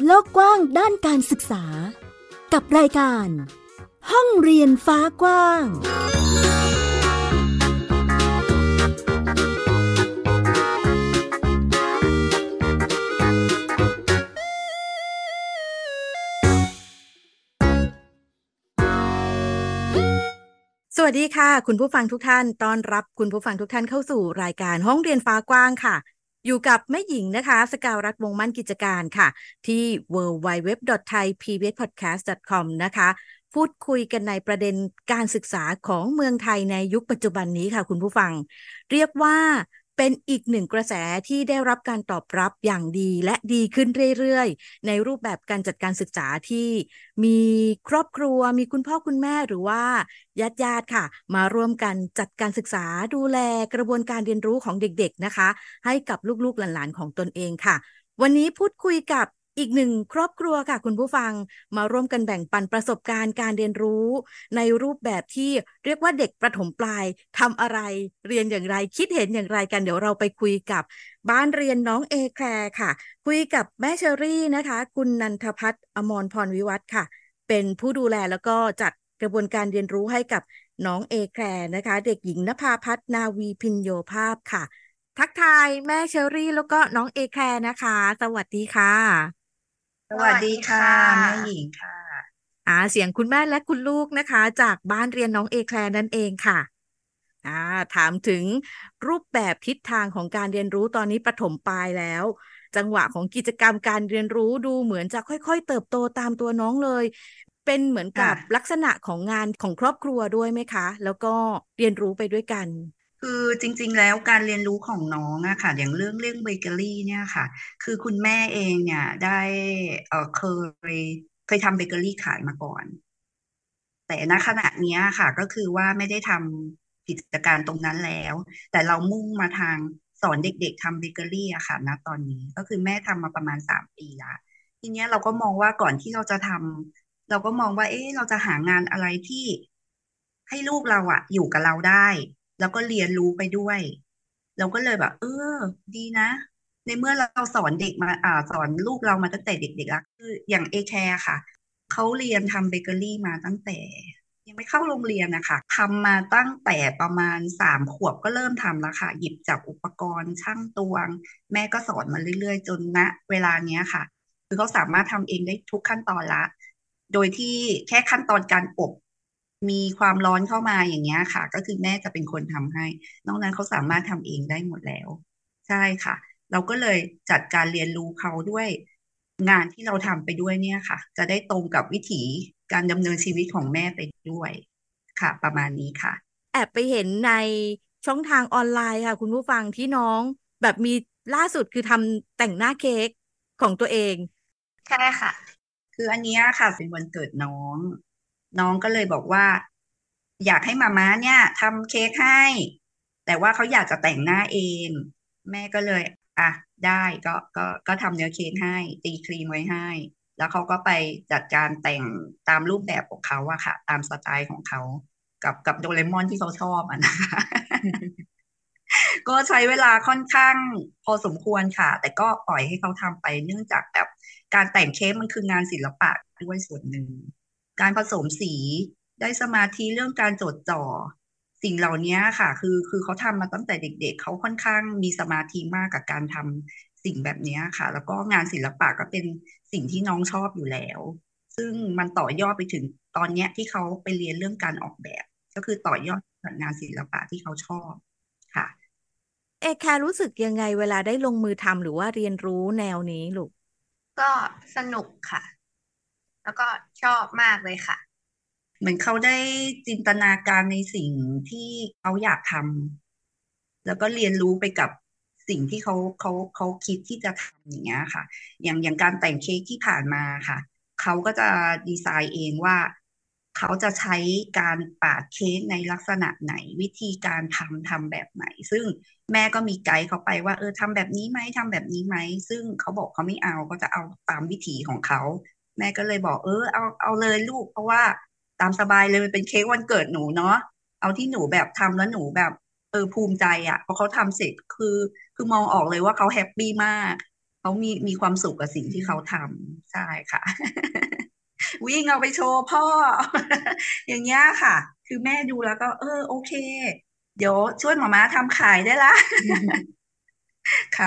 โลกกว้างด้านการศึกษากับรายการห้องเรียนฟ้ากว้างสวัสดีค่ะคุณผู้ฟังทุกท่านต้อนรับคุณผู้ฟังทุกท่านเข้าสู่รายการห้องเรียนฟ้ากว้างค่ะอยู่กับแม่หญิงนะคะสกาวรัตน์วงศ์มั่นกิจการค่ะที่ www.thaipbspodcast.com นะคะพูดคุยกันในประเด็นการศึกษาของเมืองไทยในยุคปัจจุบันนี้ค่ะคุณผู้ฟังเรียกว่าเป็นอีกหนึ่งกระแสที่ได้รับการตอบรับอย่างดีและดีขึ้นเรื่อยๆในรูปแบบการจัดการศึกษาที่มีครอบครัวมีคุณพ่อคุณแม่หรือว่าญาติค่ะมาร่วมกันจัดการศึกษาดูแลกระบวนการเรียนรู้ของเด็กๆนะคะให้กับลูกๆหลานๆของตนเองค่ะวันนี้พูดคุยกับอีกหนึ่งครอบครัวค่ะคุณผู้ฟังมาร่วมกันแบ่งปันประสบการณ์การเรียนรู้ในรูปแบบที่เรียกว่าเด็กประถมปลายทำอะไรเรียนอย่างไรคิดเห็นอย่างไรกันเดี๋ยวเราไปคุยกับบ้านเรียนน้องเอแคลร์ค่ะคุยกับแม่เชอรี่นะคะคุณนันทพัฒน์อมรพรวิวัฒน์ค่ะเป็นผู้ดูแลแล้วก็จัดกระบวนการเรียนรู้ให้กับน้องเอแคลร์นะคะเด็กหญิงณภาพัฒน์นาวีพิญโยภาพค่ะทักทายแม่เชอรี่แล้วก็น้องเอแคลร์นะคะสวัสดีค่ะสวัสดีค่ะแม่หญิงค่ะเสียงคุณแม่และคุณลูกนะคะจากบ้านเรียนน้องเอแคลร์นั่นเองค่ะถามถึงรูปแบบทิศทางของการเรียนรู้ตอนนี้ประถมปลายแล้วจังหวะของกิจกรรมการเรียนรู้ดูเหมือนจะค่อยๆเติบโตตามตัวน้องเลยเป็นเหมือนกับค่ะลักษณะของงานของครอบครัวด้วยไหมคะแล้วก็เรียนรู้ไปด้วยกันคือจริงๆแล้วการเรียนรู้ของน้องอะค่ะอย่างเรื่องเบเกอรี่เนี่ยค่ะคือคุณแม่เองเนี่ยได้ยเคยทำเบเกอรี่ขายมาก่อนแต่ณขณะเนี้ยค่ะก็คือว่าไม่ได้ทำกิจการตรงนั้นแล้วแต่เรามุ่งมาทางสอนเด็กๆทำเบเกอรี่อะค่ะณตอนนี้ก็คือแม่ทำมาประมาณ3 ปีละทีเนี้ยเราก็มองว่าก่อนที่เราจะทำเราก็มองว่าเอ๊ะเราจะหางานอะไรที่ให้ลูกเราอะอยู่กับเราได้แล้วก็เรียนรู้ไปด้วยเราก็เลยแบบดีนะในเมื่อเราสอนเด็กมาสอนลูกเรามาตั้งแต่เด็กๆแล้วคืออย่างเอแคร์ค่ะ เขาเรียนทำเบเกอรี่มาตั้งแต่ยังไม่เข้าโรงเรียนนะคะทำมาตั้งแต่ประมาณ3 ขวบก็เริ่มทำแล้วค่ะหยิบจับอุปกรณ์ช่างตวงแม่ก็สอนมาเรื่อยๆจนณเวลาเนี้ยค่ะคือเขาสามารถทำเองได้ทุกขั้นตอนละโดยที่แค่ขั้นตอนการอบมีความร้อนเข้ามาอย่างเงี้ยค่ะก็คือแม่จะเป็นคนทำให้นอกนั้นเขาสามารถทำเองได้หมดแล้วใช่ค่ะ เราก็เลยจัดการเรียนรู้เขาด้วยงานที่เราทำไปด้วยเนี่ยค่ะจะได้ตรงกับวิถีการดำเนินชีวิตของแม่ไปด้วยค่ะประมาณนี้ค่ะแอบไปเห็นในช่องทางออนไลน์ค่ะคุณผู้ฟังที่น้องแบบมีล่าสุดคือทำแต่งหน้าเค้กของตัวเองใช่ค่ะคืออันเนี้ยค่ะเป็นวันเกิดน้องก็เลยบอกว่าอยากให้มาม่าเนี่ยทำเค้กให้แต่ว่าเขาอยากจะแต่งหน้าเองแม่ก็เลยอ่ะได้ก็ทำเนื้อเค้กให้ตีครีมไว้ให้แล้วเขาก็ไปจัดการแต่งตามรูปแบบของเขาอะค่ะตามสไตล์ของเขากับโดเรมอนที่เขาชอบอะนะคะ ก็ใช้เวลาค่อนข้างพอสมควรค่ะแต่ก็ปล่อยให้เขาทำไปเนื่องจากแบบการแต่งเค้กมันคืองานศิลปะด้วยส่วนหนึ่งการผสมสีได้สมาธิเรื่องการจดจ่อสิ่งเหล่านี้ค่ะคือเขาทำมาตั้งแต่เด็กๆเขาค่อนข้างมีสมาธิมากกับการทำสิ่งแบบนี้ค่ะแล้วก็งานศิลปะก็เป็นสิ่งที่น้องชอบอยู่แล้วซึ่งมันต่อยอดไปถึงตอนเนี้ยที่เขาไปเรียนเรื่องการออกแบบก็คือต่อยอดจากงานศิลปะที่เขาชอบค่ะเอแคร์รู้สึกยังไงเวลาได้ลงมือทำหรือว่าเรียนรู้แนวนี้ลูกก็สนุกค่ะแล้วก็ชอบมากเลยค่ะเหมือนเขาได้จินตนาการในสิ่งที่เขาอยากทำแล้วก็เรียนรู้ไปกับสิ่งที่เขาคิดที่จะทำอย่างเงี้ยค่ะอย่างการแต่งเค้กที่ผ่านมาค่ะเขาก็จะดีไซน์เองว่าเขาจะใช้การปาดเค้กในลักษณะไหนวิธีการทำแบบไหนซึ่งแม่ก็มีไกด์เขาไปว่าทำแบบนี้ไหมทำแบบนี้ไหมซึ่งเขาบอกเขาไม่เอาก็จะเอาตามวิถีของเขา แม่ก็เลยบอกเอาเลยลูกเพราะว่าตามสบายเลยมันเป็นเค้กวันเกิดหนูเนาะเอาที่หนูแบบทำแล้วหนูแบบภูมิใจอ่ะพอเขาทำเสร็จคือมองออกเลยว่าเขาแฮปปี้มากเขามีความสุขกับสิ่งที่เขาทำใช่ค่ะวิ่งเอาไปโชว์พ่ออย่างเงี้ยค่ะคือแม่ดูแล้วก็โอเคเดี๋ยวช่วยหมอม้าทำขายได้ละค่ะ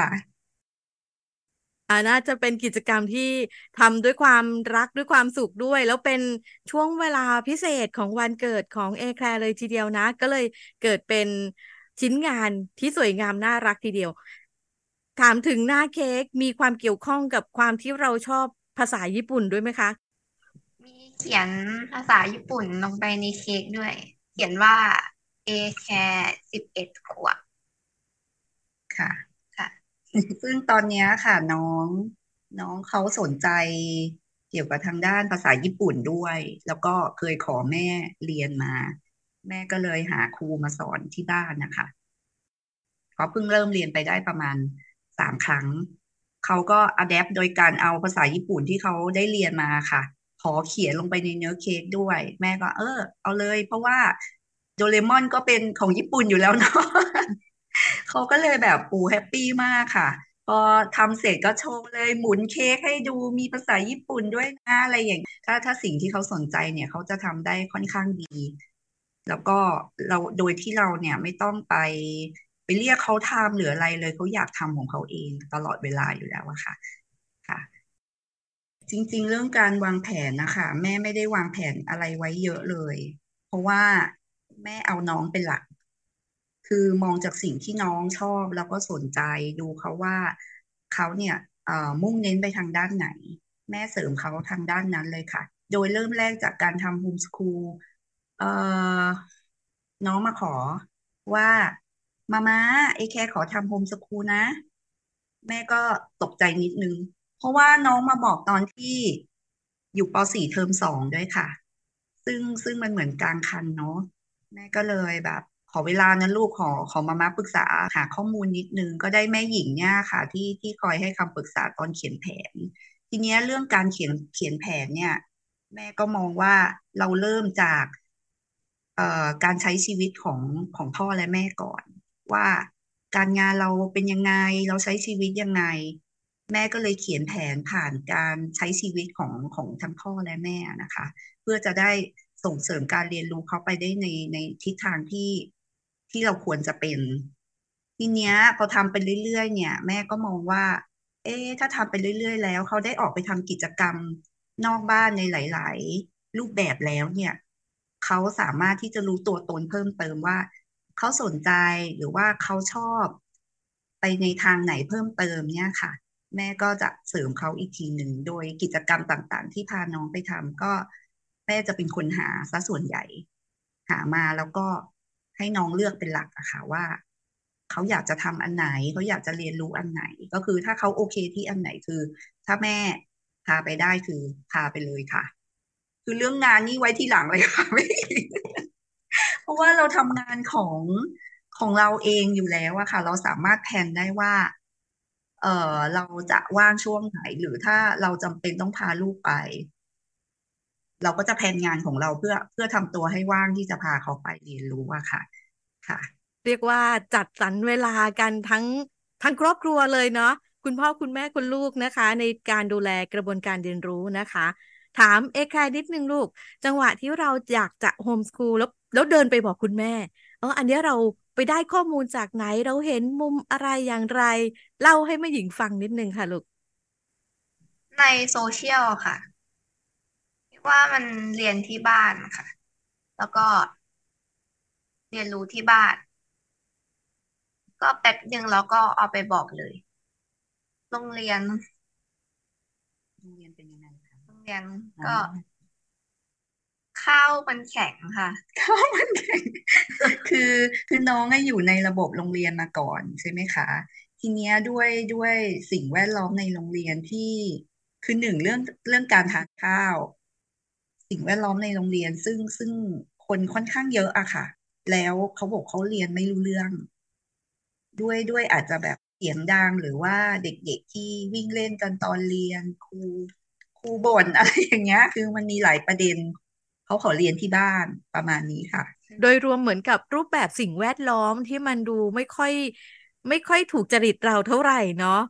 น่าจะเป็นกิจกรรมที่ทำด้วยความรักด้วยความสุขด้วยแล้วเป็นช่วงเวลาพิเศษของวันเกิดของเอแคลร์เลยทีเดียวนะก็เลยเกิดเป็นชิ้นงานที่สวยงามน่ารักทีเดียวถามถึงหน้าเค้กมีความเกี่ยวข้องกับความที่เราชอบภาษาญี่ปุ่นด้วยไหมคะมีเขียนภาษาญี่ปุ่นลงไปในเค้กด้วยเขียนว่าเอแคร์11 ขวบค่ะค่ะซึ่งตอนเนี้ยค่ะน้องเขาสนใจเกี่ยวกับทางด้านภาษาญี่ปุ่นด้วยแล้วก็เคยขอแม่เรียนมาแม่ก็เลยหาครูมาสอนที่บ้านนะคะเขาเพิ่งเริ่มเรียนไปได้ประมาณ3 ครั้งเขาก็อะแดปโดยการเอาภาษาญี่ปุ่นที่เขาได้เรียนมาค่ะขอเขียนลงไปในเนื้อเค้กด้วยแม่ก็เอาเลยเพราะว่าโดเรมอนก็เป็นของญี่ปุ่นอยู่แล้วเนาะ เขาก็เลยแบบปูแฮปปี้มากค่ะพอทำเสร็จก็โชว์เลยหมุนเค้กให้ดูมีภาษาญี่ปุ่นด้วยนะอะไรอย่างถ้าสิ่งที่เขาสนใจเนี่ยเขาจะทำได้ค่อนข้างดีแล้วก็เราโดยที่เราเนี่ยไม่ต้องไปเรียกเขาทำหรืออะไรเลยเขาอยากทำของเขาเองตลอดเวลาอยู่แล้วอะค่ะค่ะจริงๆเรื่องการวางแผนนะคะแม่ไม่ได้วางแผนอะไรไว้เยอะเลยเพราะว่าแม่เอาน้องเป็นหลัก คือมองจากสิ่งที่น้องชอบแล้วก็สนใจดูเขาว่าเขาเนี่ยมุ่งเน้นไปทางด้านไหนแม่เสริมเขาทางด้านนั้นเลยค่ะโดยเริ่มแรกจากการทำโฮมสคูลเอ่อน้องมาขอว่ามาเอแคร์ขอทำโฮมสคูลนะแม่ก็ตกใจนิดนึงเพราะว่าน้องมาบอกตอนที่อยู่ป.4 เทอม 2ด้วยค่ะซึ่งมันเหมือนกลางคันเนาะ แม่ก็เลยแบบขอเวลานะลูกขอมาปรึกษาหาข้อมูลนิดนึงก็ได้แม่หญิงเนี่ยค่ะที่คอยให้คำปรึกษาตอนเขียนแผนทีเนี้ยเรื่องการเขียนแผนเนี่ยแม่ก็มองว่าเราเริ่มจากการใช้ชีวิตของพ่อและแม่ก่อนว่าการงานเราเป็นยังไงเราใช้ชีวิตยังไงแม่ก็เลยเขียนแผนผ่านการใช้ชีวิตของทั้งพ่อและแม่นะคะ เพื่อจะได้ส่งเสริมการเรียนรู้เขาไปได้ในทิศทางที่เราควรจะเป็นทีเนี้ยพอทำไปเรื่อยๆเนี่ยแม่ก็มองว่าถ้าทำไปเรื่อยๆแล้วเขาได้ออกไปทำกิจกรรมนอกบ้านในหลายๆรูปแบบแล้วเนี่ยเขาสามารถที่จะรู้ตัวตนเพิ่มเติมว่าเขาสนใจหรือว่าเขาชอบไปในทางไหนเพิ่มเติมเนี่ยค่ะ แม่ก็จะเสริมเขาอีกทีหนึ่งโดยกิจกรรมต่างๆที่พาน้องไปทำก็แม่จะเป็นคนหาซะส่วนใหญ่หามาแล้วก็ให้น้องเลือกเป็นหลักอะค่ะว่าเขาอยากจะทำอันไหนเขาอยากจะเรียนรู้อันไหนก็คือถ้าเขาโอเคที่อันไหนคือถ้าแม่พาไปได้คือพาไปเลยค่ะคือเรื่องงานนี่ไว้ที่หลังเลยค่ะไม่เพราะว่าเราทำงานของเราเองอยู่แล้วอะค่ะเราสามารถแพลนได้ว่า เราจะว่างช่วงไหนหรือถ้าเราจำเป็นต้องพาลูกไปเราก็จะแพลนงานของเราเพื่อทำตัวให้ว่างที่จะพาเขาไปเรียนรู้อะค่ะค่ะเรียกว่าจัดสรรเวลากันทั้งครอบครัวเลยเนาะคุณพ่อคุณแม่คุณลูกนะคะในการดูแลกระบวนการเรียนรู้นะคะถามเอแคร์นิดนึงลูกจังหวะที่เราอยากจะโฮมสคูลแล้วเดินไปบอกคุณแม่อันเนี้ยเราไปได้ข้อมูลจากไหนเราเห็นมุมอะไรอย่างไรเล่าให้แม่หญิงฟังนิดนึงค่ะลูกในโซเชียลค่ะว่ามันเรียนที่บ้านค่ะแล้วก็เรียนรู้ที่บ้านก็แป๊บหนึ่งแล้วก็เอาไปบอกเลยโรงเรียนโรงเรียนเป็นยังไงคะโรงเรียนอ๋อก็ข้าวมันแข็งค่ะข้าวมันแข็งคือคือน้องอะอยู่ในระบบโรงเรียนมาก่อนใช่ไหมคะทีเนี้ยด้วยสิ่งแวดล้อมในโรงเรียนที่คือหนึ่งเรื่องการทานข้าว สิ่งแวดล้อมในโรงเรียนซึ่งคนค่อนข้างเยอะอะค่ะแล้วเขาบอกเขาเรียนไม่รู้เรื่องด้วยอาจจะแบบเสียงดังหรือว่าเด็กๆที่วิ่งเล่นกันตอนเรียนครูบ่นอะไรอย่างเงี้ยคือมันมีหลายประเด็นเขาขอเรียนที่บ้านประมาณนี้ค่ะโดยรวมเหมือนกับรูปแบบสิ่งแวดล้อมที่มันดูไม่ค่อยถูกจริตเราเท่าไหร่เนาะ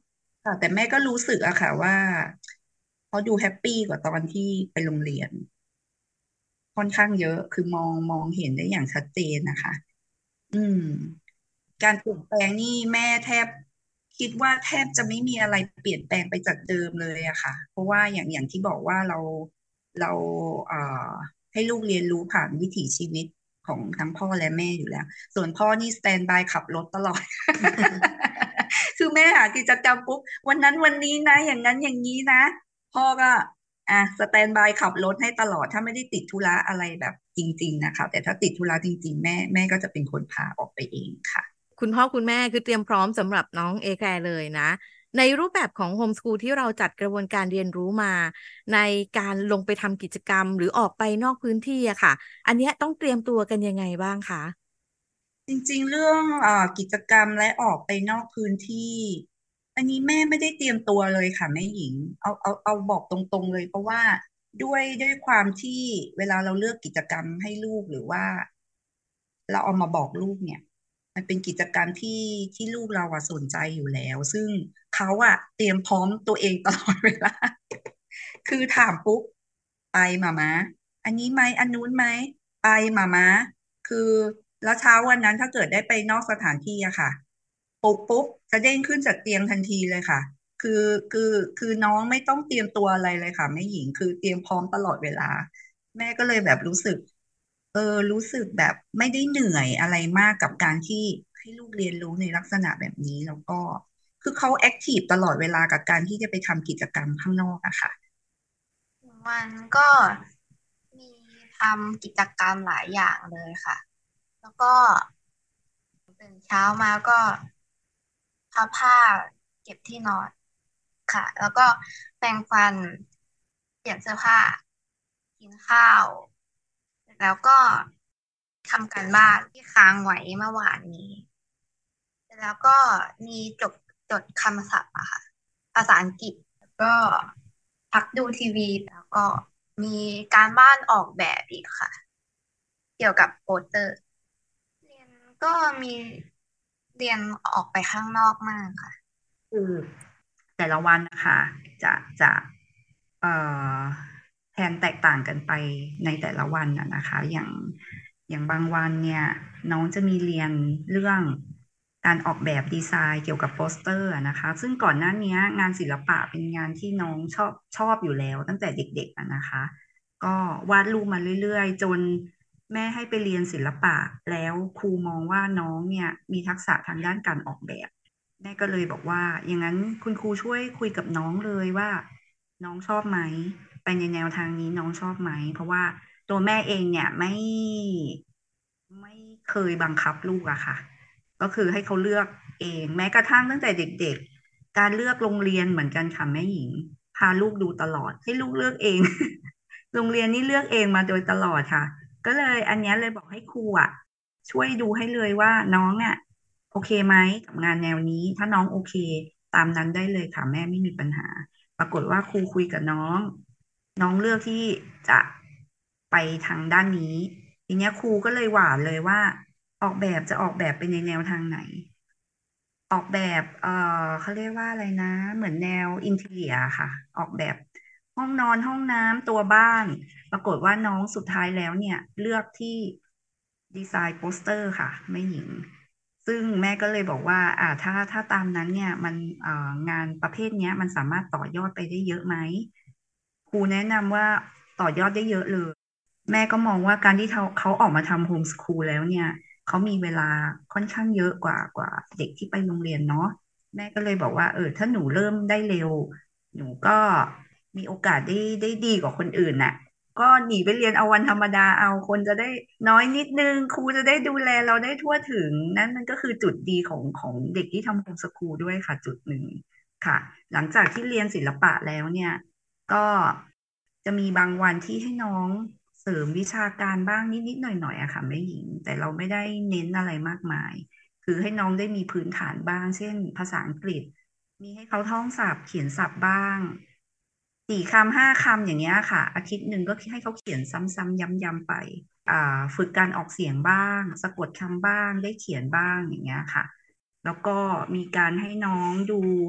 ค่ะแต่แม่ก็รู้สึกอะค่ะว่าเขาดูแฮปปี้กว่าตอนที่ไปโรงเรียนค่อนข้างเยอะคือมองเห็นได้อย่างชัดเจนนะคะอืมการเปลี่ยนแปลงนี่แม่แทบคิดว่าแทบจะไม่มีอะไรเปลี่ยนแปลงไปจากเดิมเลยอะค่ะเพราะว่าอย่างที่บอกว่าเราเอ่อให้ลูกเรียนรู้ผ่านวิถีชีวิตของทั้งพ่อและแม่อยู่แล้วส่วนพ่อนี่สแตนบายขับรถตลอด คือแม่หากิจกรรมปุ๊บวันนั้นวันนี้นะอย่างนั้นอย่างนี้นะพ่อก็สแตนบายขับรถให้ตลอดถ้าไม่ได้ติดธุระอะไรแบบจริงๆนะคะแต่ถ้าติดธุระจริงๆแม่ก็จะเป็นคนพาออกไปเองค่ะคุณพ่อคุณแม่คือเตรียมพร้อมสำหรับน้องเอแคร์เลยนะในรูปแบบของโฮมส o ูลที่เราจัดกระบวนการเรียนรู้มาในการลงไปทำกิจกรรมหรือออกไปนอกพื้นที่อะค่ะอันเนี้ยต้องเตรียมตัวกันยังไงบ้างคะจริงๆเรื่องกิจกรรมและออกไปนอกพื้นที่อันนี้แม่ไม่ได้เตรียมตัวเลยค่ะแม่หญิงเอาบอกตรงๆเลยเพราะว่าด้วยความที่เวลาเราเลือกกิจกรรมให้ลูกหรือว่า เราเอามาบอกลูกเนี่ยมันเป็นกิจกรรมที่ลูกเราอะสนใจอยู่แล้วซึ่งเขาอะเตรียมพร้อมตัวเองตลอดเวลาคือถามปุ๊บไปหมามาอันนี้ไหมอันนู้นไหมไปหมามาคือแล้วเช้าวันนั้นถ้าเกิดได้ไปนอกสถานที่อะค่ะปุ๊บจะเด้งขึ้นจากเตียงทันทีเลยค่ะคือคือน้องไม่ต้องเตรียมตัวอะไรเลยค่ะแม่หญิงคือเตรียมพร้อมตลอดเวลาแม่ก็เลยแบบรู้สึก รู้สึกแบบไม่ได้เหนื่อยอะไรมากกับการที่ให้ลูกเรียนรู้ในลักษณะแบบนี้แล้วก็คือเขาแอคทีฟตลอดเวลากับการที่จะไปทำกิจกรรมข้างนอกอะค่ะมันก็มีทำกิจกรรมหลายอย่างเลยค่ะ แล้วก็ตื่นเช้ามาก็พับผ้าเก็บที่นอนค่ะ แล้วก็แปรงฟันเปลี่ยนเสื้อผ้ากินข้าวแล้วก็ทำการบ้านที่ค้างไว้เมื่อวานนี้แล้วก็มีจดคำศัพท์อะค่ะภาษาอังกฤษแล้วก็พักดูทีวีแล้วก็มีการบ้านออกแบบอีกค่ะเกี่ยวกับโปสเตอร์ เรียนก็มีเรียนออกไปข้างนอกมากค่ะคือแต่ละวันนะคะจะเอ่อแทนแตกต่างกันไปในแต่ละวันนะคะอย่างบางวันเนี่ยน้องจะมีเรียนเรื่องการออกแบบดีไซน์เกี่ยวกับโปสเตอร์นะคะซึ่งก่อนหน้านี้งานศิลปะเป็นงานที่น้องชอบอยู่แล้วตั้งแต่เด็กๆนะคะก็วาดรูปมาเรื่อยๆจนแม่ให้ไปเรียนศิลปะแล้วครูมองว่าน้องเนี่ยมีทักษะทางด้านการออกแบบ แม่ก็เลยบอกว่าอย่างนั้นคุณครูช่วยคุยกับน้องเลยว่าน้องชอบไหมไปในแนวทางนี้น้องชอบไหมเพราะว่าตัวแม่เองเนี่ยไม่เคยบังคับลูกอะค่ะก็คือให้เขาเลือกเองแม้กระทั่งตั้งแต่เด็กๆการเลือกโรงเรียนเหมือนกันค่ะแม่หญิงพาลูกดูตลอดให้ลูกเลือกเองโรงเรียนนี่เลือกเองมาโดยตลอดค่ะก็เลยอันเนี้ยเลยบอกให้ครูอะช่วยดูให้เลยว่าน้องอะ โอเคไหมกับงานแนวนี้ถ้าน้องโอเคตามนั้นได้เลยค่ะแม่ไม่มีปัญหาปรากฏว่าครูคุยกับน้องเลือกที่จะไปทางด้านนี้ทีเนี้ยครูก็เลยหวานเลยว่าออกแบบจะออกแบบไปในแนวทางไหนออกแบบเขาเรียกว่าอะไรนะเหมือนแนวอินทีเรียค่ะออกแบบห้องนอนห้องน้ำตัวบ้านปรากฏว่าน้องสุดท้ายแล้วเนี่ยเลือกที่ดีไซน์โปสเตอร์ค่ะไม่หญิง ซึ่งแม่ก็เลยบอกว่าถ้าตามนั้นเนี่ยมันงานประเภทเนี้ยมันสามารถต่อยอดไปได้เยอะไหมครูแนะนำว่าต่อยอดได้เยอะเลยแม่ก็มองว่าการที่เขาออกมาทำโฮมสคูลแล้วเนี่ยเขามีเวลาค่อนข้างเยอะกว่าเด็กที่ไปโรงเรียนเนาะแม่ก็เลยบอกว่าถ้าหนูเริ่มได้เร็วหนูก็มีโอกาสได้ดีกว่าคนอื่นน่ะ ก็หนีไปเรียนเอาวันธรรมดาเอาคนจะได้น้อยนิดนึงครูจะได้ดูแลเราได้ทั่วถึงนั่นมันก็คือจุดดีของเด็กที่ทำโฮมสคูลด้วยค่ะจุดหนึ่งค่ะหลังจากที่เรียนศิลปะแล้วเนี่ยก็จะมีบางวันที่ให้น้องเสริมวิชาการบ้างนิดๆหน่อยๆอะค่ะแม่หญิงแต่เราไม่ได้เน้นอะไรมากมายคือให้น้องได้มีพื้นฐานบ้างเช่นภาษาอังกฤษ มีให้เขาท่องศัพท์เขียนศัพท์บ้าง4 คำ5 คำอย่างเงี้ยค่ะอาทิตย์หนึ่งก็ให้เขาเขียนซ้ำๆย้ำๆไปฝึกการออกเสียงบ้างสะกดคำบ้างได้เขียนบ้างอย่างเงี้ยค่ะแล้วก็มีการให้น้องดู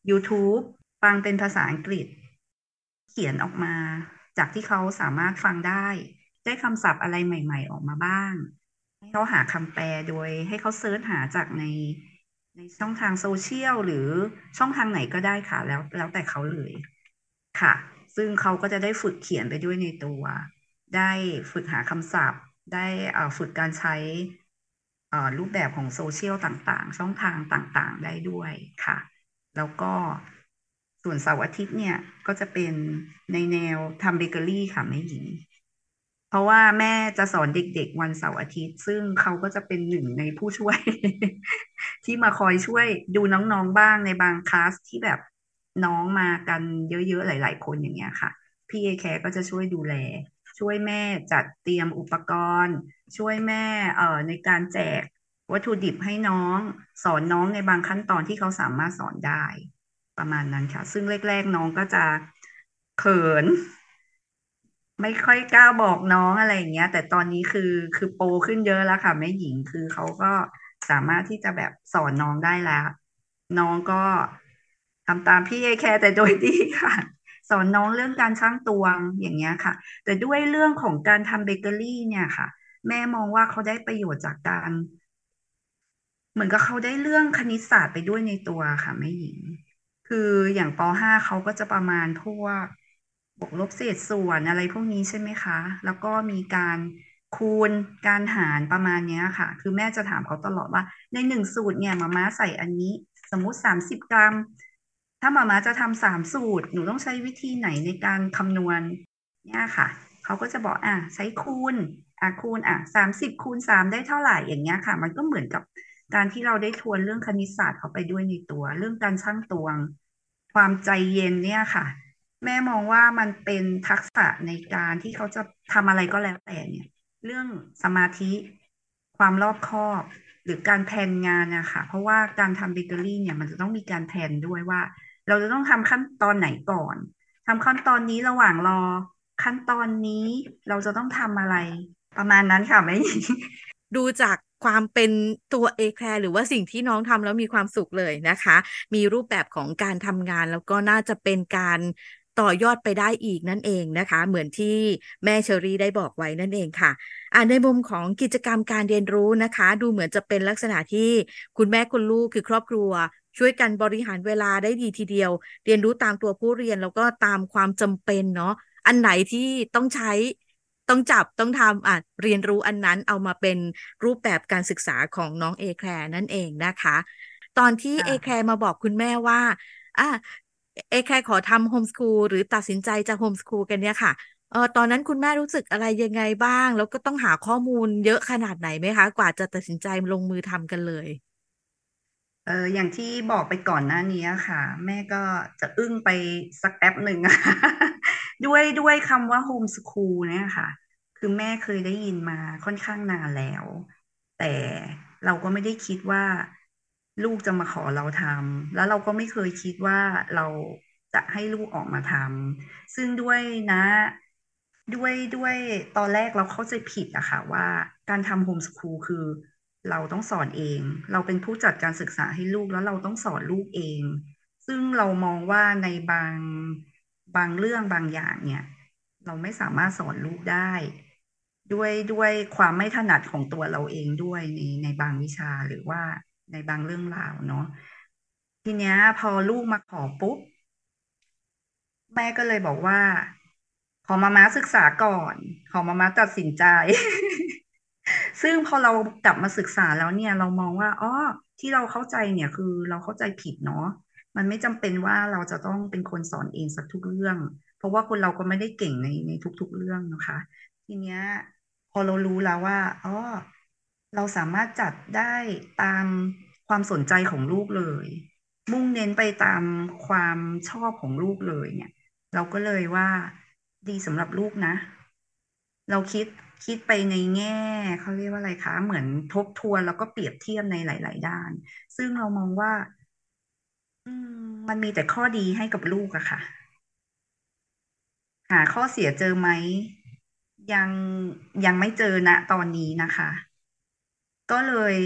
YouTube ฟังเป็นภาษาอังกฤษเขียนออกมาจากที่เขาสามารถฟังได้คำศัพท์อะไรใหม่ๆออกมาบ้างให้เขาหาคำแปลโดยให้เขาเซิร์ชหาจากในช่องทางโซเชียลหรือช่องทางไหนก็ได้ค่ะแล้วแต่เขาเลยค่ะซึ่งเขาก็จะได้ฝึกเขียนไปด้วยในตัวได้ฝึกหาคำศัพท์ได้ฝึกการใช้รูปแบบของโซเชียลต่างๆช่องทางต่างๆได้ด้วยค่ะ แล้วก็ส่วนเสาร์อาทิตย์เนี่ยก็จะเป็นในแนวทำเบเกอรี่ค่ะแม่หญิงเพราะว่าแม่จะสอนเด็กๆวันเสาร์อาทิตย์ซึ่งเขาก็จะเป็นหนึ่งในผู้ช่วยที่มาคอยช่วยดูน้องๆบ้างในบางคลาสที่แบบน้องมากันเยอะๆหลายๆคนอย่างเงี้ยค่ะพี่เอแคร์ก็จะช่วยดูแลช่วยแม่จัดเตรียมอุปกรณ์ช่วยแม่ในการแจกวัตถุดิบให้น้องสอนน้องในบางขั้นตอนที่เขาสามารถสอนได้ ประมาณนั้นค่ะซึ่งแรกๆน้องก็จะเขินไม่ค่อยกล้าบอกน้องอะไรอย่างเงี้ยแต่ตอนนี้คือโตขึ้นเยอะแล้วค่ะแม่หญิงคือเขาก็สามารถที่จะแบบสอนน้องได้แล้วน้องก็ทำตามพี่เอแคร์แต่โดยดีค่ะสอนน้องเรื่องการชั่งตวงอย่างเงี้ยค่ะแต่ด้วยเรื่องของการทำเบเกอรี่เนี่ยค่ะแม่มองว่าเขาได้ประโยชน์จากการเหมือนกับเขาได้เรื่องคณิตศาสตร์ไปด้วยในตัวค่ะแม่หญิง คืออย่างป .5 เขาก็จะประมาณพวกบวกลบเศษส่วนอะไรพวกนี้ใช่ไหมคะแล้วก็มีการคูณการหารประมาณเนี้ยค่ะคือแม่จะถามเขาตลอดว่าในหนึ่งสูตรเนี่ยมาม่าใส่อันนี้สมมุติ30 กรัมถ้ามาม่าจะทำ3 สูตรหนูต้องใช้วิธีไหนในการคำนวณเนี่ยค่ะเขาก็จะบอกใช้คูณคูณ30 คูณ 3ได้เท่าไหร่อย่างเงี้ยค่ะมันก็เหมือนกับการที่เราได้ทวนเรื่องคณิตศาสตร์เข้าไปด้วยในตัวเรื่องการชั่งตวง ความใจเย็นเนี่ยค่ะแม่มองว่ามันเป็นทักษะในการที่เขาจะทำอะไรก็แล้วแต่เนี่ยเรื่องสมาธิความรอบคอบหรือการแผนงานนะคะเพราะว่าการทำเบเกอรี่เนี่ยมันจะต้องมีการแผนด้วยว่าเราจะต้องทำขั้นตอนไหนก่อนทำขั้นตอนนี้ระหว่างรอขั้นตอนนี้เราจะต้องทำอะไรประมาณนั้นค่ะแม่หญิงดูจากความเป็นตัวเอแคร์หรือว่าสิ่งที่น้องทำแล้วมีความสุขเลยนะคะมีรูปแบบของการทำงานแล้วก็น่าจะเป็นการต่อยอดไปได้อีกนั่นเองนะคะเหมือนที่แม่เชอรี่ได้บอกไว้นั่นเองค่ะในมุมของกิจกรรมการเรียนรู้นะคะดูเหมือนจะเป็นลักษณะที่คุณแม่คุณลูกคือครอบครัวช่วยกันบริหารเวลาได้ดีทีเดียวเรียนรู้ตามตัวผู้เรียนแล้วก็ตามความจำเป็นเนาะอันไหนที่ต้องใช้ต้องจับต้องทำเรียนรู้อันนั้นเอามาเป็นรูปแบบการศึกษาของน้องเอแคร์นั่นเองนะคะตอนที่เอแคร์มาบอกคุณแม่ว่าอ่ะเอแคร์ขอทำโฮมสคูลหรือตัดสินใจจะโฮมสคูลกันเนี่ยค่ะตอนนั้นคุณแม่รู้สึกอะไรยังไงบ้างแล้วก็ต้องหาข้อมูลเยอะขนาดไหนไหมคะกว่าจะตัดสินใจลงมือทำกันเลยอย่างที่บอกไปก่อนหน้านี้ค่ะแม่ก็จะอึ้งไปสักแป๊บหนึ่งอะด้วยคำว่าโฮมสคูลเนี่ยค่ะคือแม่เคยได้ยินมาค่อนข้างนานแล้วแต่เราก็ไม่ได้คิดว่าลูกจะมาขอเราทำแล้วเราก็ไม่เคยคิดว่าเราจะให้ลูกออกมาทำซึ่งด้วยนะด้วยตอนแรกเราเข้าใจผิดอะค่ะว่าการทำโฮมสคูลคือ เราต้องสอนเอง เราเป็นผู้จัดการศึกษาให้ลูกแล้วเราต้องสอนลูกเอง ซึ่งเรามองว่าในบางเรื่องบางอย่างเนี่ยเราไม่สามารถสอนลูกได้ด้วยความไม่ถนัดของตัวเราเองด้วยในบางวิชาหรือว่าในบางเรื่องราวเนาะทีเนี้ยพอลูกมาขอปุ๊บแม่ก็เลยบอกว่าขอมาม้าศึกษาก่อนขอมาม้าตัดสินใจ ซึ่งพอเรากลับมาศึกษาแล้วเนี่ยเรามองว่าอ๋อที่เราเข้าใจเนี่ยคือเราเข้าใจผิดเนาะมันไม่จำเป็นว่าเราจะต้องเป็นคนสอนเองสักทุกเรื่องเพราะว่าคนเราก็ไม่ได้เก่งในทุกๆเรื่องนะคะทีเนี้ยพอเรารู้แล้วว่าอ๋อเราสามารถจัดได้ตามความสนใจของลูกเลยมุ่งเน้นไปตามความชอบของลูกเลยเนี่ยเราก็เลยว่าดีสำหรับลูกนะ เราคิดไปในแง่เขาเรียกว่าอะไรคะเหมือนทบทวนแล้วก็เปรียบเทียบในหลายๆด้านซึ่งเรามองว่ามันมีแต่ข้อดีให้กับลูกอะค่ะหาข้อเสียเจอไหมยังยังไม่เจอณตอนนี้นะคะก็เลย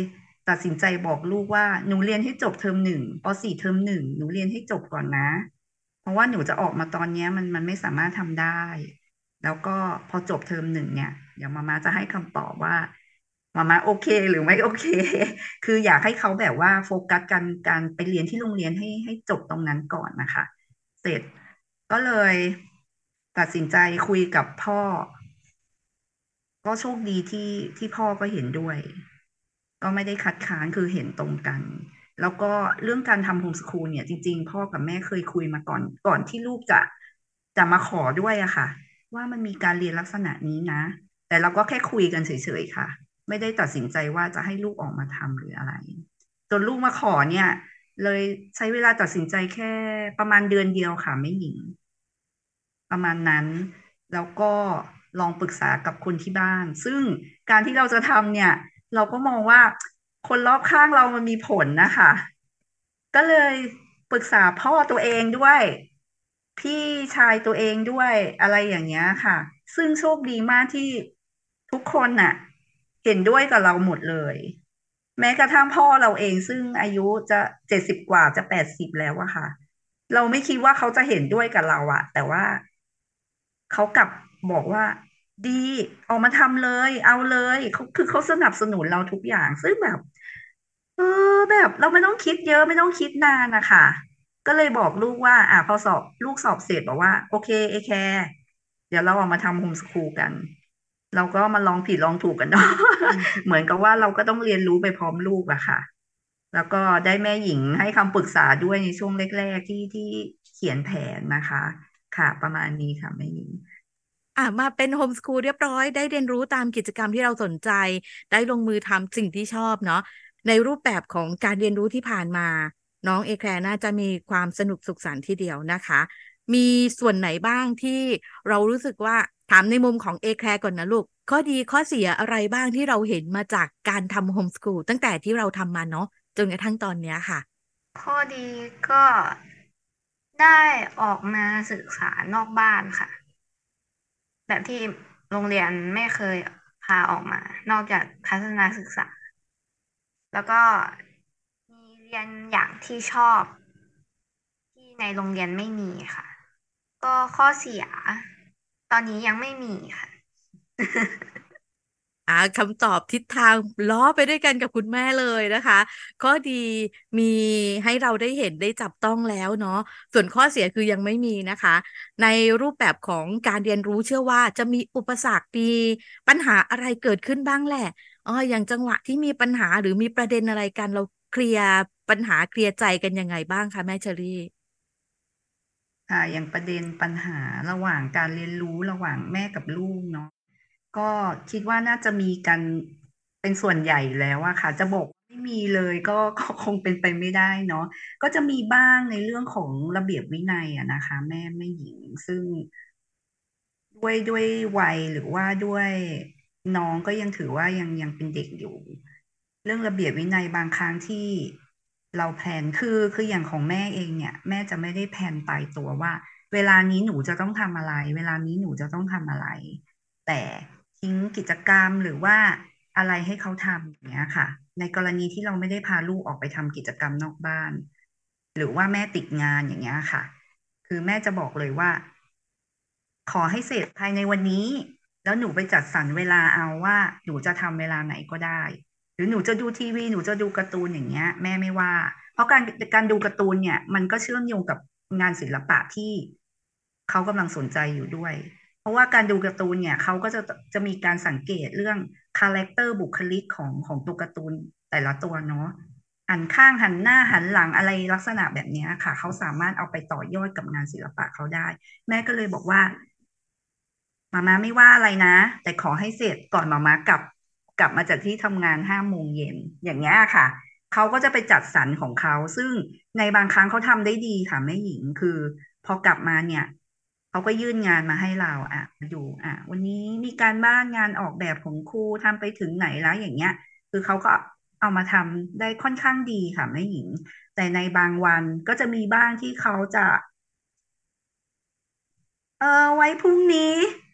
ตัดสินใจบอกลูกว่าหนูเรียนให้จบเทอมหนึ่งป.4เทอมหนึ่งหนูเรียนให้จบก่อนนะเพราะว่าหนูจะออกมาตอนเนี้ยมันไม่สามารถทำได้ แล้วก็พอจบเทอมหนึ่งเนี่ยเดี๋ยวมาม่าจะให้คำตอบว่ามาม่าโอเคหรือไม่โอเคคืออยากให้เขาแบบว่าโฟกัสการไปเรียนที่โรงเรียนให้จบตรงนั้นก่อนนะคะเสร็จก็เลยตัดสินใจคุยกับพ่อก็โชคดีที่พ่อก็เห็นด้วยก็ไม่ได้คัดค้านคือเห็นตรงกันแล้วก็เรื่องการทำโฮมสคูลเนี่ยจริงๆพ่อกับแม่เคยคุยมาก่อนที่ลูกจะมาขอด้วยอะค่ะ ว่ามันมีการเรียนลักษณะนี้นะ แต่เราก็แค่คุยกันเฉยๆค่ะ ไม่ได้ตัดสินใจว่าจะให้ลูกออกมาทำหรืออะไรจนลูกมาขอเนี่ยเลยใช้เวลาตัดสินใจแค่ประมาณเดือนเดียวค่ะไม่หญิงประมาณนั้นแล้วก็ลองปรึกษากับคนที่บ้าน ซึ่งการที่เราจะทำเนี่ยเราก็มองว่าคนรอบข้างเรามันมีผลนะคะก็เลยปรึกษาพ่อตัวเองด้วย พี่ชายตัวเองด้วยอะไรอย่างเงี้ยค่ะซึ่งโชคดีมากที่ทุกคนน่ะเห็นด้วยกับเราหมดเลยแม้กระทั่งพ่อเราเองซึ่งอายุจะ70กว่าจะ80แล้วอะค่ะเราไม่คิดว่าเขาจะเห็นด้วยกับเราอะแต่ว่าเขากลับบอกว่าดีออกมาทำเลยเอาเลยเขาคือเขาสนับสนุนเราทุกอย่างซึ่งแบบเออแบบเราไม่ต้องคิดเยอะไม่ต้องคิดนานนะคะ ก็เลยบอกลูกว่าพอลูกสอบเสร็จบอกว่าโอเคเอแคร์เดี๋ยวเราออกมาทำโฮมสคูลกันเราก็มาลองผิดลองถูกกันเนาะเหมือนกับว่าเราก็ต้องเรียนรู้ไปพร้อมลูกอะค่ะแล้วก็ได้แม่หญิงให้คำปรึกษาด้วยในช่วงแรกๆที่เขียนแผนนะคะค่ะประมาณนี้ค่ะแม่หญิงมาเป็นโฮมสคูลเรียบร้อยได้เรียนรู้ตามกิจกรรมที่เราสนใจได้ลงมือทำสิ่งที่ชอบเนาะในรูปแบบของการเรียนรู้ที่ผ่านมาน้องเอแคลร์น่าจะมีความสนุกสุขสันต์ทีเดียวนะคะมีส่วนไหนบ้างที่เรารู้สึกว่าถามในมุมของเอแคลร์ก่อนนะลูกข้อดีข้อเสียอะไรบ้างที่เราเห็นมาจากการทำโฮมสคูลตั้งแต่ที่เราทำมาเนาะจนกระทั่งตอนเนี้ยค่ะข้อดีก็ได้ออกมาศึกษานอกบ้านค่ะแบบที่โรงเรียนไม่เคยพาออกมานอกจากทัศนศึกษาแล้วก็มีเรียนอย่างที่ชอบที่ในโรงเรียนไม่มีค่ะก็ข้อเสียตอนนี้ยังไม่มีค่ะคำตอบทิศทางล้อไปด้วยกันกับคุณแม่เลยนะคะข้อดีมีให้เราได้เห็นได้จับต้องแล้วเนาะส่วนข้อเสียคือยังไม่มีนะคะในรูปแบบของการเรียนรู้เชื่อว่าจะมีอุปสรรคมีปัญหาอะไรเกิดขึ้นบ้างแหละอย่างจังหวะที่มีปัญหาหรือมีประเด็นอะไรกันเราเคลียร์ปัญหาเคลียร์ใจกันยังไงบ้างคะแม่เชอรี่ค่ะอย่างประเด็นปัญหาระหว่างการเรียนรู้ระหว่างแม่กับลูกเนาะก็คิดว่าน่าจะมีกันเป็นส่วนใหญ่แล้วอะค่ะจะบอกว่าไม่มีเลยก็คงเป็นไปไม่ได้เนาะก็จะมีบ้างในเรื่องของระเบียบวินัยอะนะคะแม่หญิงซึ่ง ด้วยวัยหรือว่าด้วยน้องก็ยังถือว่ายังเป็นเด็กอยู่เรื่องระเบียบวินัยบางครั้งที่เราแพลนคืออย่างของแม่เองเนี่ยแม่จะไม่ได้แพลนตายตัวว่าเวลานี้หนูจะต้องทำอะไรเวลานี้หนูจะต้องทำอะไรแต่ทิ้งกิจกรรมหรือว่าอะไรให้เขาทำอย่างเงี้ยค่ะในกรณีที่เราไม่ได้พาลูกออกไปทำกิจกรรมนอกบ้านหรือว่าแม่ติดงานอย่างเงี้ยค่ะคือแม่จะบอกเลยว่า ขอให้เสร็จภายในวันนี้แล้วหนูไปจัดสรรเวลาเอาว่าหนูจะทำเวลาไหนก็ได้หรือหนูจะดูทีวีหนูจะดูการ์ตูนอย่างเงี้ยแม่ไม่ว่าเพราะการดูการ์ตูนเนี่ยมันก็เชื่อมโยงกับงานศิลปะที่เขากำลังสนใจอยู่ด้วยเพราะว่าการดูการ์ตูนเนี่ยเขาก็จะมีการสังเกตเรื่องคาแรคเตอร์บุคลิกของตัวการ์ตูนแต่ละตัวเนาะหันข้างหันหน้าหันหลังอะไรลักษณะแบบนี้ค่ะเขาสามารถเอาไปต่อยอดกับงานศิลปะเขาได้แม่ก็เลยบอกว่า มาม่าไม่ว่าอะไรนะแต่ขอให้เสร็จก่อนมาม่ากลับมาจากที่ทำงาน5 โมงเย็นอย่างเงี้ยค่ะเขาก็จะไปจัดสรรของเขาซึ่งในบางครั้งเขาทำได้ดีค่ะแม่หญิงคือพอกลับมาเนี่ยเขาก็ยื่นงานมาให้เรามาดูวันนี้มีการบ้านงานออกแบบของครูทำไปถึงไหนแล้วอย่างเงี้ยคือเขาก็เอามาทำได้ค่อนข้างดีค่ะแม่หญิงแต่ในบางวันก็จะมีบ้างที่เขาจะ ไว้พรุ่งนี้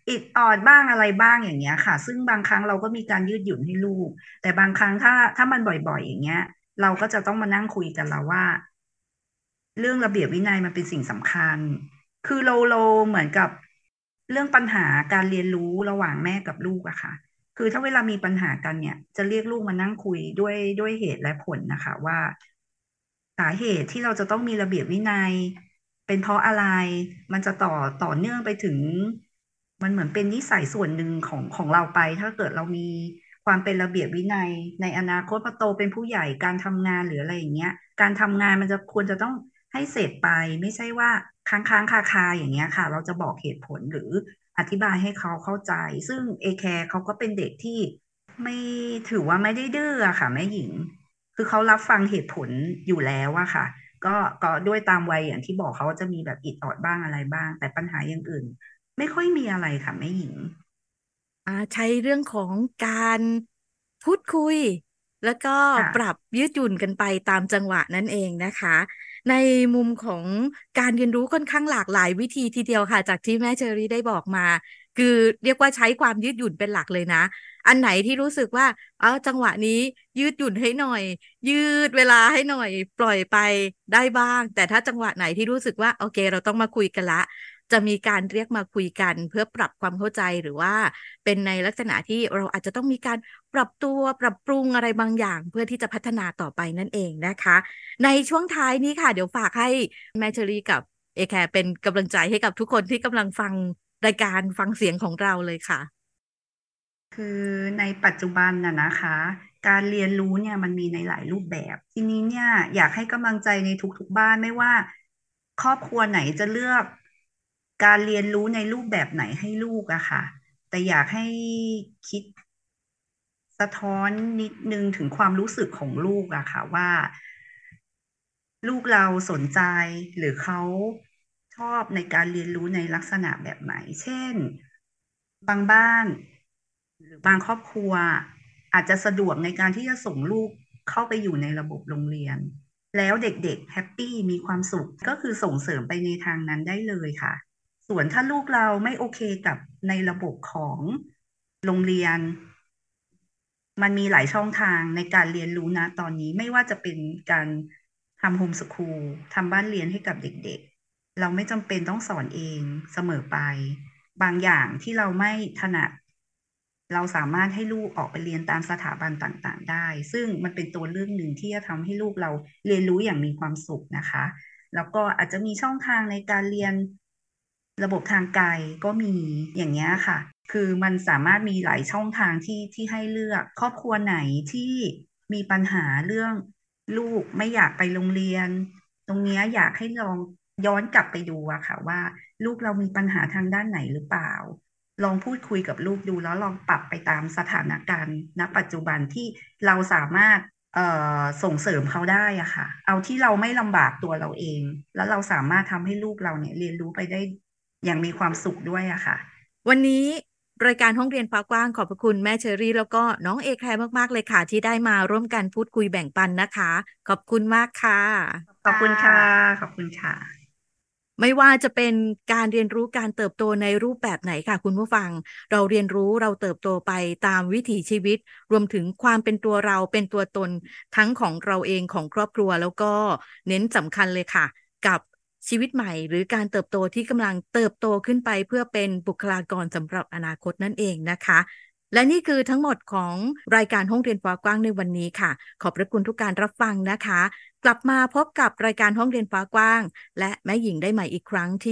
อิดออดบ้างอะไรบ้างอย่างเงี้ยค่ะซึ่งบางครั้งเราก็มีการยืดหยุ่นให้ลูกแต่บางครั้งถ้ามันบ่อยๆอย่างเงี้ยเราก็จะต้องมานั่งคุยกันแล้วว่าเรื่องระเบียบวินัยมันเป็นสิ่งสำคัญคือเราเหมือนกับเรื่องปัญหาการเรียนรู้ระหว่างแม่กับลูกอะค่ะคือถ้าเวลามีปัญหากันเนี่ยจะเรียกลูกมานั่งคุยด้วยเหตุและผลนะคะว่าสาเหตุที่เราจะต้องมีระเบียบวินัยเป็นเพราะอะไรมันจะต่อเนื่องไปถึงมันเหมือนเป็นนิสัยส่วนหนึ่งของเราไปถ้าเกิดเรามีความเป็นระเบียบวินัยในอนาคตพอโตเป็นผู้ใหญ่การทำงานหรืออะไรอย่างเงี้ยการทำงานมันจะควรจะต้องให้เสร็จไปไม่ใช่ว่าค้างคาอย่างเงี้ยค่ะเราจะบอกเหตุผลหรืออธิบายให้เขาเข้าใจซึ่งเอแคร์เขาก็เป็นเด็กที่ไม่ถือว่าไม่ได้ดื้ออะค่ะแม่หญิงคือเขารับฟังเหตุผลอยู่แล้วอะค่ะก็ด้วยตามวัยอย่างที่บอกเขาจะมีแบบอิดออดบ้างอะไรบ้างแต่ปัญหาอย่างอื่นไม่ค่อยมีอะไรค่ะแม่หญิงใช้เรื่องของการพูดคุยแล้วก็ปรับค่ะยืดหยุ่นกันไปตามจังหวะนั่นเองนะคะในมุมของการเรียนรู้ค่อนข้างหลากหลายวิธีทีเดียวค่ะจากที่แม่เชอรี่ได้บอกมาคือเรียกว่าใช้ความยืดหยุ่นเป็นหลักเลยนะอันไหนที่รู้สึกว่าจังหวะนี้ยืดหยุ่นให้หน่อยยืดเวลาให้หน่อยปล่อยไปได้บ้างแต่ถ้าจังหวะไหนที่รู้สึกว่าโอเคเราต้องมาคุยกันละจะมีการเรียกมาคุยกันเพื่อปรับความเข้าใจหรือว่าเป็นในลักษณะที่เราอาจจะต้องมีการปรับตัวปรับปรุงอะไรบางอย่างเพื่อที่จะพัฒนาต่อไปนั่นเองนะคะในช่วงท้ายนี้ค่ะเดี๋ยวฝากให้แมทเชอรี่กับเอแคร์เป็นกำลังใจให้กับทุกคนที่กำลังฟังรายการฟังเสียงของเราเลยค่ะคือในปัจจุบันนะคะการเรียนรู้เนี่ยมันมีในหลายรูปแบบทีนี้เนี่ยอยากให้กำลังใจในทุกๆบ้านไม่ว่าครอบครัวไหนจะเลือกการเรียนรู้ในรูปแบบไหนให้ลูกอะค่ะแต่อยากให้คิดสะท้อนนิดนึงถึงความรู้สึกของลูกอะค่ะว่าลูกเราสนใจหรือเขาชอบในการเรียนรู้ในลักษณะแบบไหนเช่นบางบ้านหรือบางครอบครัวอาจจะสะดวกในการที่จะส่งลูกเข้าไปอยู่ในระบบโรงเรียนแล้วเด็กๆแฮปปี้มีความสุขก็คือส่งเสริมไปในทางนั้นได้เลยค่ะส่วนถ้าลูกเราไม่โอเคกับในระบบของโรงเรียน มันมีหลายช่องทางในการเรียนรู้นะตอนนี้ไม่ว่าจะเป็นการทำโฮมสคูลทำบ้านเรียนให้กับเด็กๆเราไม่จำเป็นต้องสอนเองเสมอไปบางอย่างที่เราไม่ถนัดเราสามารถให้ลูกออกไปเรียนตามสถาบันต่างๆได้ซึ่งมันเป็นตัวเลือกหนึ่งที่จะทำให้ลูกเราเรียนรู้อย่างมีความสุขนะคะแล้วก็อาจจะมีช่องทางในการเรียนระบบทางไกลก็มีอย่างเงี้ยค่ะ คือมันสามารถมีหลายช่องทางที่ให้เลือกครอบครัวไหนที่มีปัญหาเรื่องลูกไม่อยากไปโรงเรียนตรงเนี้ยอยากให้ลองย้อนกลับไปดูอะค่ะว่าลูกเรามีปัญหาทางด้านไหนหรือเปล่าลองพูดคุยกับลูกดูแล้วลองปรับไปตามสถานการณ์ณปัจจุบันที่เราสามารถส่งเสริมเขาได้อะค่ะเอาที่เราไม่ลำบากตัวเราเองแล้วเราสามารถทำให้ลูกเราเนี่ยเรียนรู้ไปได้อย่างมีความสุขด้วยอะค่ะวันนี้รายการห้องเรียนฟ้ากว้างขอบพระคุณแม่เชอรี่แล้วก็น้องเอแคร์มากๆเลยค่ะที่ได้มาร่วมกันพูดคุยแบ่งปันนะคะขอบคุณมากค่ะขอบคุณค่ะ ขอบคุณค่ะไม่ว่าจะเป็นการเรียนรู้การเติบโตในรูปแบบไหนค่ะคุณผู้ฟังเราเรียนรู้เราเติบโตไปตามวิถีชีวิตรวมถึงความเป็นตัวเราเป็นตัวตนทั้งของเราเองของครอบครัวแล้วก็เน้นสำคัญเลยค่ะกับชีวิตใหม่หรือการเติบโตที่กำลังเติบโตขึ้นไปเพื่อเป็นบุคลากรสำหรับอนาคตนั่นเองนะคะและนี่คือทั้งหมดของรายการห้องเรียนฟ้ากว้างในวันนี้ค่ะขอบพระคุณทุกการรับฟังนะคะกลับมาพบกับรายการห้องเรียนฟ้ากว้างและแม่หญิงได้ใหม่อีกครั้งที่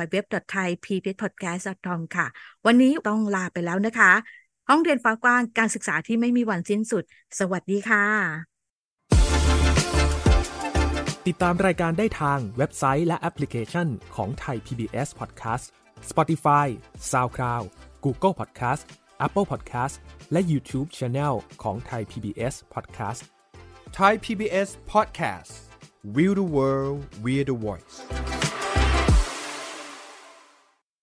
www.thaipbspodcast.com ค่ะวันนี้ต้องลาไปแล้วนะคะห้องเรียนฟ้ากว้างการศึกษาที่ไม่มีวันสิ้นสุดสวัสดีค่ะติดตามรายการได้ทางเว็บไซต์และแอปพลิเคชันของ Thai PBS Podcast Spotify SoundCloud Google Podcast Apple Podcast และ YouTube Channel ของ Thai PBS Podcast Thai PBS Podcast We the World We the Voice